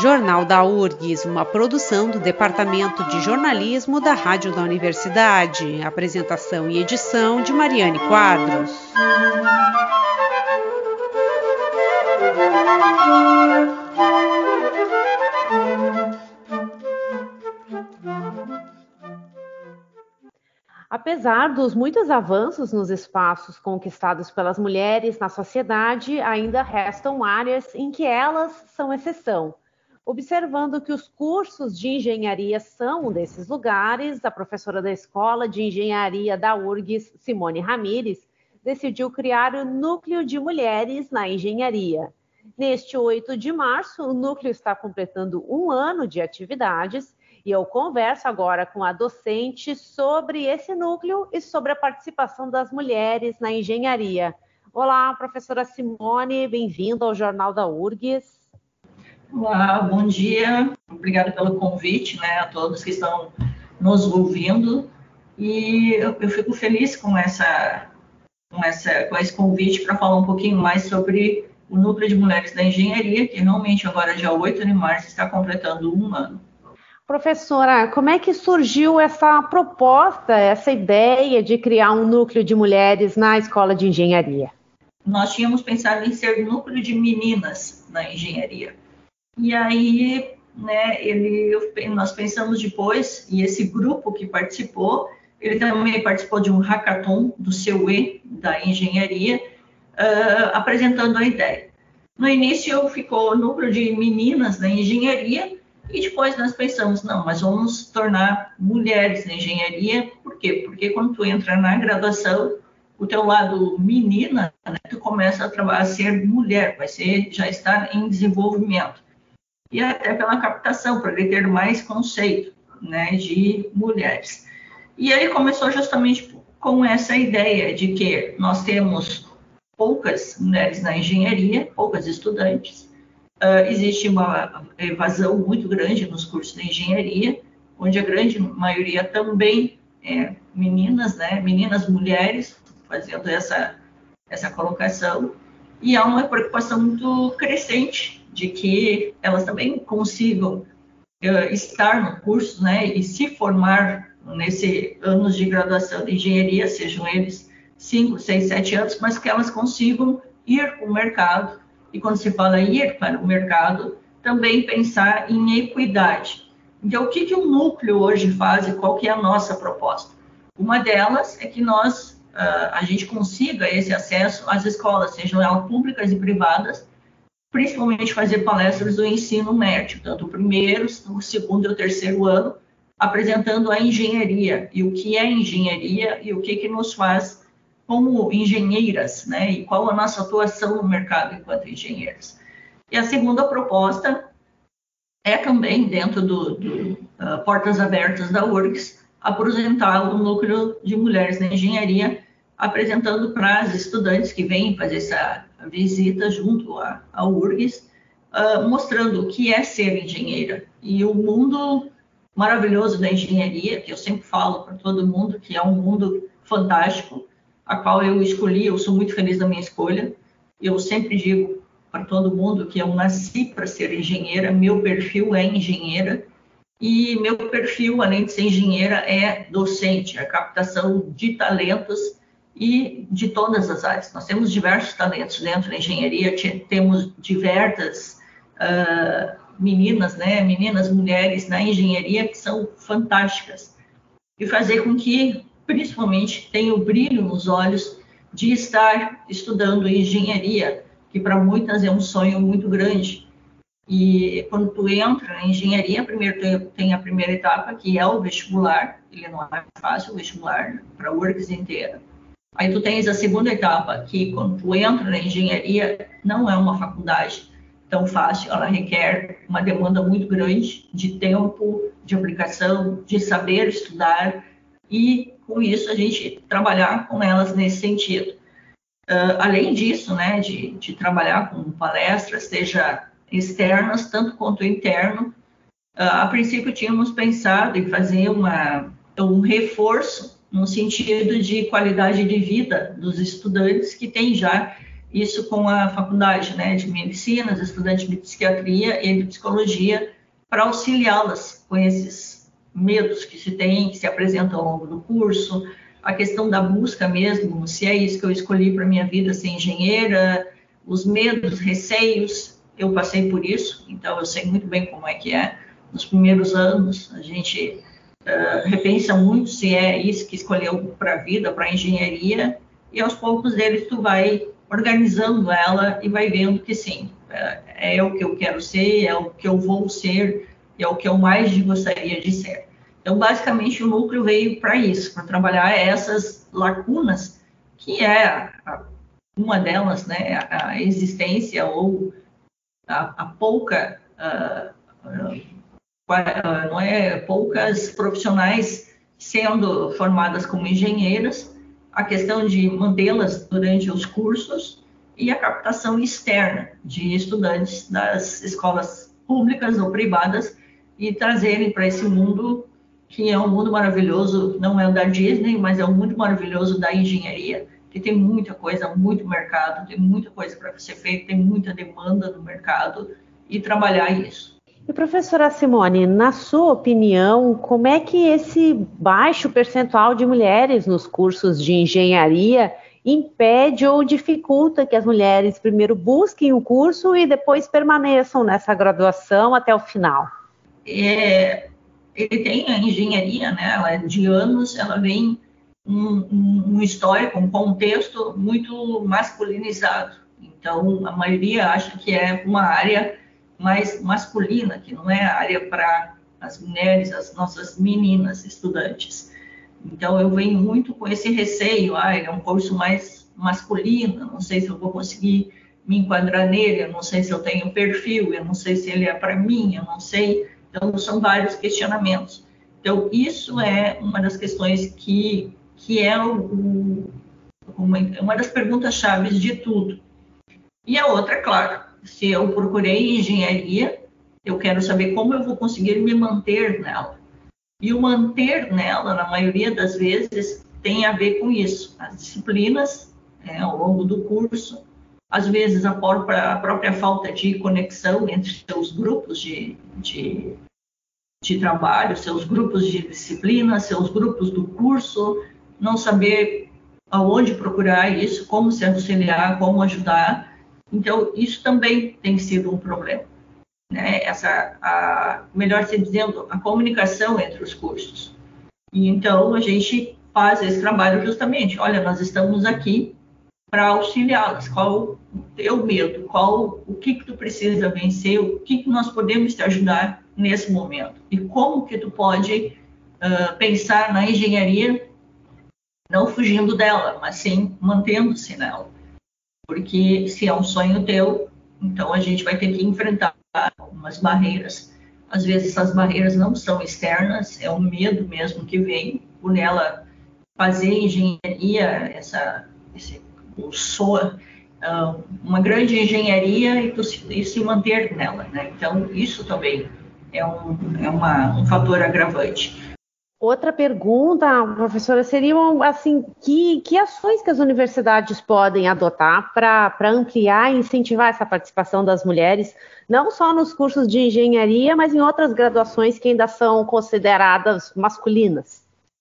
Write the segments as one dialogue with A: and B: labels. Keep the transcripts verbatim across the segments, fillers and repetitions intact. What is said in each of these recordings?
A: Jornal da U R G S, uma produção do Departamento de Jornalismo da Rádio da Universidade. Apresentação e edição de Mariane Quadros. Apesar dos muitos avanços nos espaços conquistados pelas mulheres na sociedade, ainda restam áreas em que elas são exceção. Observando que os cursos de engenharia são um desses lugares, a professora da Escola de Engenharia da U R G S, Simone Ramires, decidiu criar o Núcleo de Mulheres na Engenharia. Neste oito de março, o núcleo está completando um ano de atividades e eu converso agora com a docente sobre esse núcleo e sobre a participação das mulheres na engenharia. Olá, professora Simone, bem-vinda ao Jornal da U R G S.
B: Olá, bom dia. Obrigada pelo convite, né, a todos que estão nos ouvindo. E eu, eu fico feliz com, essa, com, essa, com esse convite para falar um pouquinho mais sobre o Núcleo de Mulheres da Engenharia, que realmente agora, dia oito de março, está completando um ano.
A: Professora, como é que surgiu essa proposta, essa ideia de criar um núcleo de mulheres na Escola de Engenharia?
B: Nós tínhamos pensado em ser núcleo de meninas na engenharia. E aí, né, ele, nós pensamos depois, e esse grupo que participou, ele também participou de um hackathon do C U E, da engenharia, uh, apresentando a ideia. No início ficou o núcleo de meninas na engenharia, e depois nós pensamos, não, mas vamos tornar mulheres na engenharia. Por quê? Porque quando tu entra na graduação, o teu lado menina, né, tu começa a, a ser mulher, vai ser, já está em desenvolvimento. E até pela captação, para ele ter mais conceito, né, de mulheres. E ele começou justamente com essa ideia de que nós temos poucas mulheres na engenharia, poucas estudantes. Uh, existe uma evasão muito grande nos cursos de engenharia, onde a grande maioria também é meninas, né, meninas mulheres, fazendo essa, essa colocação. E há uma preocupação muito crescente de que elas também consigam uh, estar no curso, né, e se formar nesse anos de graduação de engenharia, sejam eles cinco, seis, sete anos, mas que elas consigam ir para o mercado. E quando se fala ir para o mercado, também pensar em equidade. Então, o que, que o núcleo hoje faz e qual que é a nossa proposta? Uma delas é que nós, uh, a gente consiga esse acesso às escolas, sejam elas públicas e privadas, principalmente fazer palestras do ensino médio, tanto o primeiro, o segundo e o terceiro ano, apresentando a engenharia, e o que é engenharia e o que, que nos faz como engenheiras, né, e qual a nossa atuação no mercado enquanto engenheiras. E a segunda proposta é também, dentro do, do uh, Portas Abertas da U R G S, apresentar o núcleo de mulheres na engenharia, apresentando para as estudantes que vêm fazer essa visita junto à, à U R G S, uh, mostrando o que é ser engenheira e o mundo maravilhoso da engenharia, que eu sempre falo para todo mundo, que é um mundo fantástico, a qual eu escolhi, eu sou muito feliz da minha escolha. Eu sempre digo para todo mundo que eu nasci para ser engenheira, meu perfil é engenheira, e meu perfil, além de ser engenheira, é docente, a captação de talentos e de todas as áreas. Nós temos diversos talentos dentro da engenharia, temos diversas uh, meninas, né, meninas, mulheres na engenharia que são fantásticas, e fazer com que principalmente tem o brilho nos olhos de estar estudando engenharia, que para muitas é um sonho muito grande. E quando tu entra na engenharia, primeiro tem a primeira etapa, que é o vestibular, ele não é fácil, o vestibular para a U R G S inteira. Aí tu tens a segunda etapa, que quando tu entra na engenharia, não é uma faculdade tão fácil, ela requer uma demanda muito grande de tempo, de aplicação, de saber estudar, e com isso a gente trabalhar com elas nesse sentido. Uh, além disso, né, de, de trabalhar com palestras, seja externas, tanto quanto interno, uh, a princípio tínhamos pensado em fazer uma, um reforço no sentido de qualidade de vida dos estudantes que têm já isso com a faculdade, né, de medicina, os estudantes de psiquiatria e de psicologia, para auxiliá-las com esses medos que se tem, que se apresentam ao longo do curso, a questão da busca mesmo, se é isso que eu escolhi para minha vida, ser engenheira, os medos, receios, eu passei por isso, então eu sei muito bem como é que é. Nos primeiros anos, a gente uh, repensa muito se é isso que escolheu para a vida, para a engenharia, e aos poucos deles tu vai organizando ela e vai vendo que sim, é, é o que eu quero ser, é o que eu vou ser, é o que eu mais gostaria de ser. Então, basicamente, o núcleo veio para isso, para trabalhar essas lacunas, que é a, uma delas, né, a, a existência ou a, a pouca, uh, uh, uh, não é, poucas profissionais sendo formadas como engenheiras, a questão de mantê-las durante os cursos e a captação externa de estudantes das escolas públicas ou privadas e trazerem para esse mundo que é um mundo maravilhoso, não é o da Disney, mas é um mundo maravilhoso da engenharia, que tem muita coisa, muito mercado, tem muita coisa para ser feita, tem muita demanda no mercado e trabalhar isso.
A: E professora Simone, na sua opinião, como é que esse baixo percentual de mulheres nos cursos de engenharia impede ou dificulta que as mulheres primeiro busquem o curso e depois permaneçam nessa graduação até o final?
B: É, ele tem a engenharia, né? Ela é de anos, ela vem um, um, um histórico, um contexto muito masculinizado. Então, a maioria acha que é uma área mais masculina, que não é a área para as mulheres, as nossas meninas estudantes. Então, eu venho muito com esse receio, ah, ele é um curso mais masculino, não sei se eu vou conseguir me enquadrar nele, eu não sei se eu tenho perfil, eu não sei se ele é para mim, eu não sei. Então, são vários questionamentos. Então, isso é uma das questões que, que é o, o, uma, uma das perguntas-chave de tudo. E a outra, claro, se eu procurei engenharia, eu quero saber como eu vou conseguir me manter nela. E o manter nela, na maioria das vezes, tem a ver com isso. As disciplinas, é, ao longo do curso, às vezes a própria, a própria falta de conexão entre seus grupos de, de, de trabalho, seus grupos de disciplina, seus grupos do curso, não saber aonde procurar isso, como se auxiliar, como ajudar. Então, isso também tem sido um problema, né? Essa, a, melhor se dizendo, a comunicação entre os cursos. E então, a gente faz esse trabalho justamente. Olha, nós estamos aqui para auxiliá-las. Qual o teu medo? Qual, o que, que tu precisa vencer? O que, que nós podemos te ajudar nesse momento? E como que tu pode uh, pensar na engenharia, não fugindo dela, mas sim mantendo-se nela. Porque se é um sonho teu, então a gente vai ter que enfrentar algumas barreiras. Às vezes essas barreiras não são externas, é o medo mesmo que vem por ela fazer engenharia, essa, esse, o soa, uma grande engenharia e, tu, e se manter nela, né? Então isso também é um, é uma, um fator agravante.
A: Outra pergunta, professora, seriam assim, que, que ações que as universidades podem adotar para ampliar e incentivar essa participação das mulheres, não só nos cursos de engenharia, mas em outras graduações que ainda são consideradas masculinas?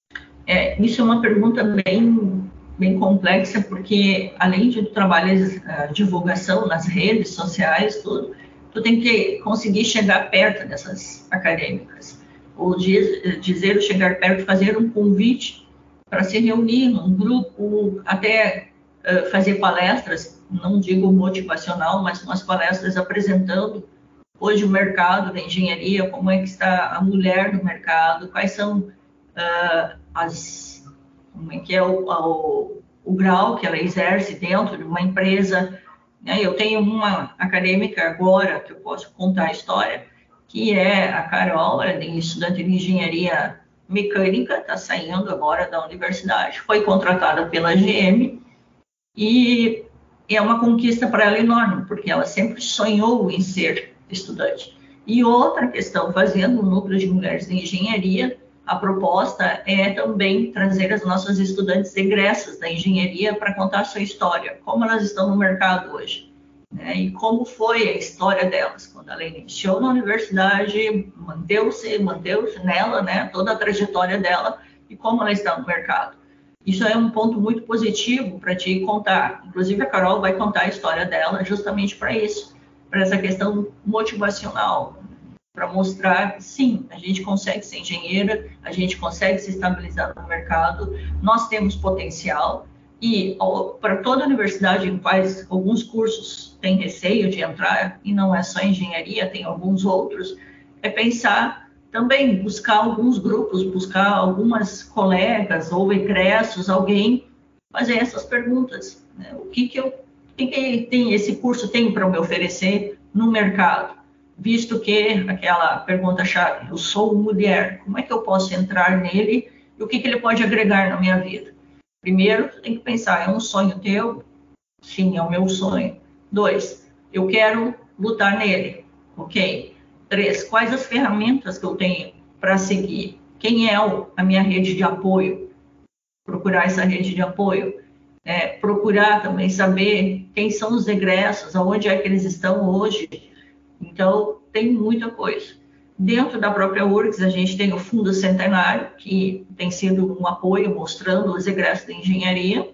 B: É, isso é uma pergunta bem, bem complexa, porque além de tu trabalhar a divulgação nas redes sociais, tudo, tu tem que conseguir chegar perto dessas acadêmicas. Ou diz, dizer, chegar perto, fazer um convite para se reunir num grupo, até uh, fazer palestras, não digo motivacional, mas umas palestras apresentando hoje o mercado da engenharia, como é que está a mulher no mercado, quais são uh, as, como é que é o, o, o grau que ela exerce dentro de uma empresa. Né? Eu tenho uma acadêmica agora, que eu posso contar a história, que é a Carol, ela é estudante de engenharia mecânica, está saindo agora da universidade, foi contratada pela G M e é uma conquista para ela enorme, porque ela sempre sonhou em ser estudante. E outra questão, fazendo o núcleo de mulheres de engenharia, a proposta é também trazer as nossas estudantes egressas da engenharia para contar a sua história, como elas estão no mercado hoje, né? E como foi a história delas, quando ela iniciou na universidade, manteve-se manteve-se nela, né, toda a trajetória dela e como ela está no mercado. Isso é um ponto muito positivo para te contar. Inclusive, a Carol vai contar a história dela justamente para isso, para essa questão motivacional, para mostrar que sim, a gente consegue ser engenheira, a gente consegue se estabilizar no mercado, nós temos potencial e para toda universidade em quais alguns cursos têm receio de entrar, e não é só engenharia, tem alguns outros, é pensar também, buscar alguns grupos, buscar algumas colegas ou egressos, alguém fazer essas perguntas, né? O que que eu, o que que tem, esse curso tem para me oferecer no mercado? Visto que aquela pergunta-chave, eu sou mulher, como é que eu posso entrar nele e o que, que ele pode agregar na minha vida? Primeiro, tu tem que pensar, é um sonho teu? Sim, é o meu sonho. Dois, eu quero lutar nele, ok? Três, quais as ferramentas que eu tenho para seguir? Quem é a minha rede de apoio? Procurar essa rede de apoio. É, procurar também saber quem são os egressos, aonde é que eles estão hoje. Então, tem muita coisa. Dentro da própria U R G S, a gente tem o Fundo Centenário, que tem sido um apoio mostrando os egressos da engenharia.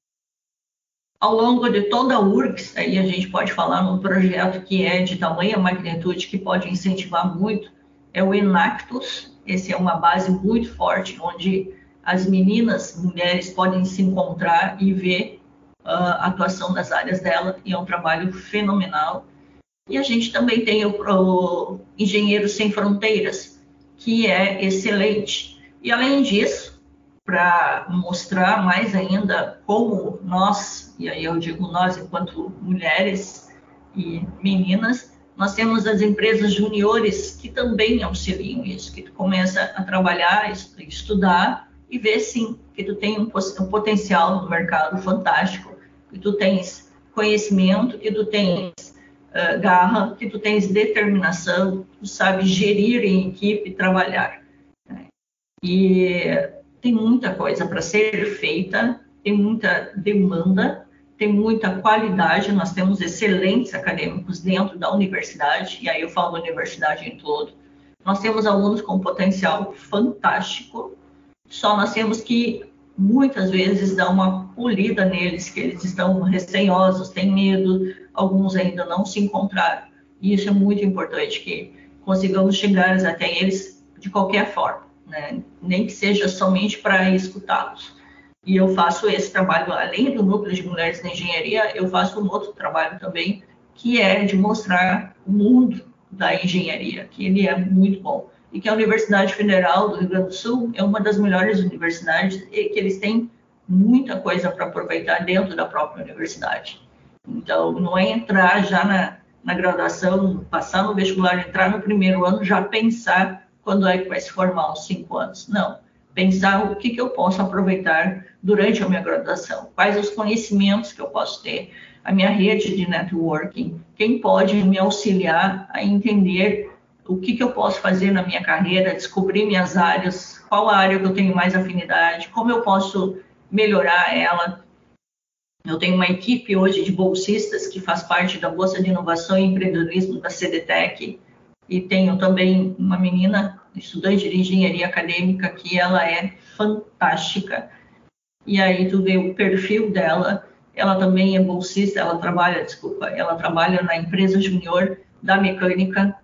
B: Ao longo de toda a U R G S, aí a gente pode falar num projeto que é de tamanha magnitude, que pode incentivar muito, é o Enactus. Esse é uma base muito forte, onde as meninas, mulheres, podem se encontrar e ver a atuação das áreas dela, e é um trabalho fenomenal. E a gente também tem o, o Engenheiros Sem Fronteiras, que é excelente. E além disso, para mostrar mais ainda como nós, e aí eu digo nós enquanto mulheres e meninas, nós temos as empresas juniores que também auxiliam isso, que tu começa a trabalhar, estudar e ver sim que tu tem um, um potencial no mercado fantástico, que tu tens conhecimento, que tu tens Uh, garra, que tu tens determinação, tu sabes gerir em equipe e trabalhar, né? E tem muita coisa para ser feita, tem muita demanda, tem muita qualidade, nós temos excelentes acadêmicos dentro da universidade, e aí eu falo universidade em todo. Nós temos alunos com potencial fantástico, só nós temos que muitas vezes dar uma polida neles, que eles estão receosos, têm medo, alguns ainda não se encontraram. E isso é muito importante, que consigamos chegar até eles de qualquer forma, né? Nem que seja somente para escutá-los. E eu faço esse trabalho, além do núcleo de mulheres na engenharia, eu faço um outro trabalho também, que é de mostrar o mundo da engenharia, que ele é muito bom. E que a Universidade Federal do Rio Grande do Sul é uma das melhores universidades e que eles têm muita coisa para aproveitar dentro da própria universidade. Então, não é entrar já na, na graduação, passar no vestibular, entrar no primeiro ano, já pensar quando é que vai se formar aos cinco anos. Não, pensar o que, que eu posso aproveitar durante a minha graduação, quais os conhecimentos que eu posso ter, a minha rede de networking, quem pode me auxiliar a entender o que, que eu posso fazer na minha carreira, descobrir minhas áreas, qual a área que eu tenho mais afinidade, como eu posso melhorar ela. Eu tenho uma equipe hoje de bolsistas que faz parte da Bolsa de Inovação e Empreendedorismo da CDTEC, e tenho também uma menina, estudante de engenharia acadêmica, que ela é fantástica. E aí tu vê o perfil dela, ela também é bolsista, ela trabalha, desculpa, ela trabalha na empresa júnior da mecânica,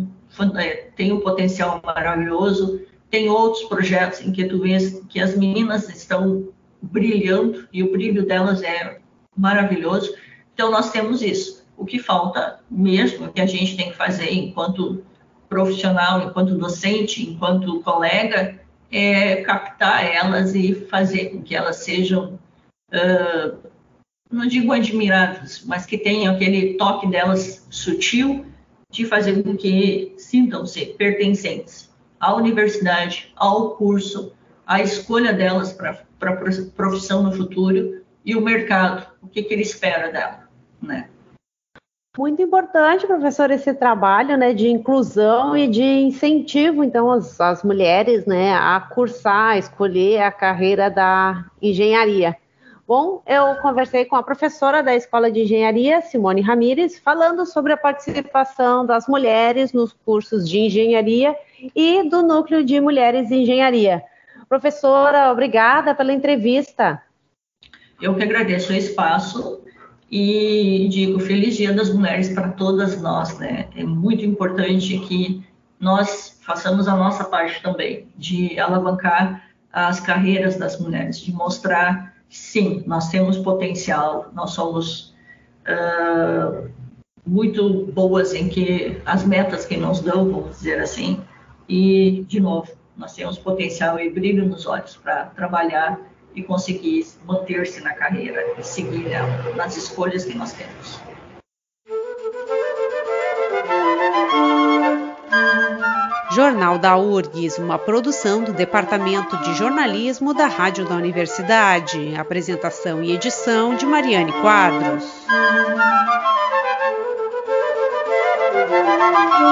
B: tem um potencial maravilhoso, tem outros projetos em que tu vês que as meninas estão brilhando e o brilho delas é maravilhoso. Então nós temos isso. O que falta mesmo, que a gente tem que fazer enquanto profissional, enquanto docente, enquanto colega, é captar elas e fazer com que elas sejam, uh, não digo admiradas, mas que tenham aquele toque delas sutil, de fazer com que sintam-se pertencentes à universidade, ao curso, à escolha delas para a profissão no futuro e o mercado, o que, que ele espera dela, né?
A: Muito importante, professor, esse trabalho, né, de inclusão e de incentivo, então, as, as mulheres, né, a cursar, a escolher a carreira da engenharia. Bom, eu conversei com a professora da Escola de Engenharia, Simone Ramires, falando sobre a participação das mulheres nos cursos de engenharia e do Núcleo de Mulheres em Engenharia. Professora, obrigada pela entrevista.
B: Eu que agradeço o espaço e digo Feliz Dia das Mulheres para todas nós, né? É muito importante que nós façamos a nossa parte também, de alavancar as carreiras das mulheres, de mostrar, sim, nós temos potencial, nós somos uh, muito boas em que as metas que nos dão, vamos dizer assim, e, de novo, nós temos potencial e brilho nos olhos para trabalhar e conseguir manter-se na carreira e seguir nela, nas escolhas que nós temos.
C: Jornal da U R G S, uma produção do Departamento de Jornalismo da Rádio da Universidade. Apresentação e edição de Mariane Quadros.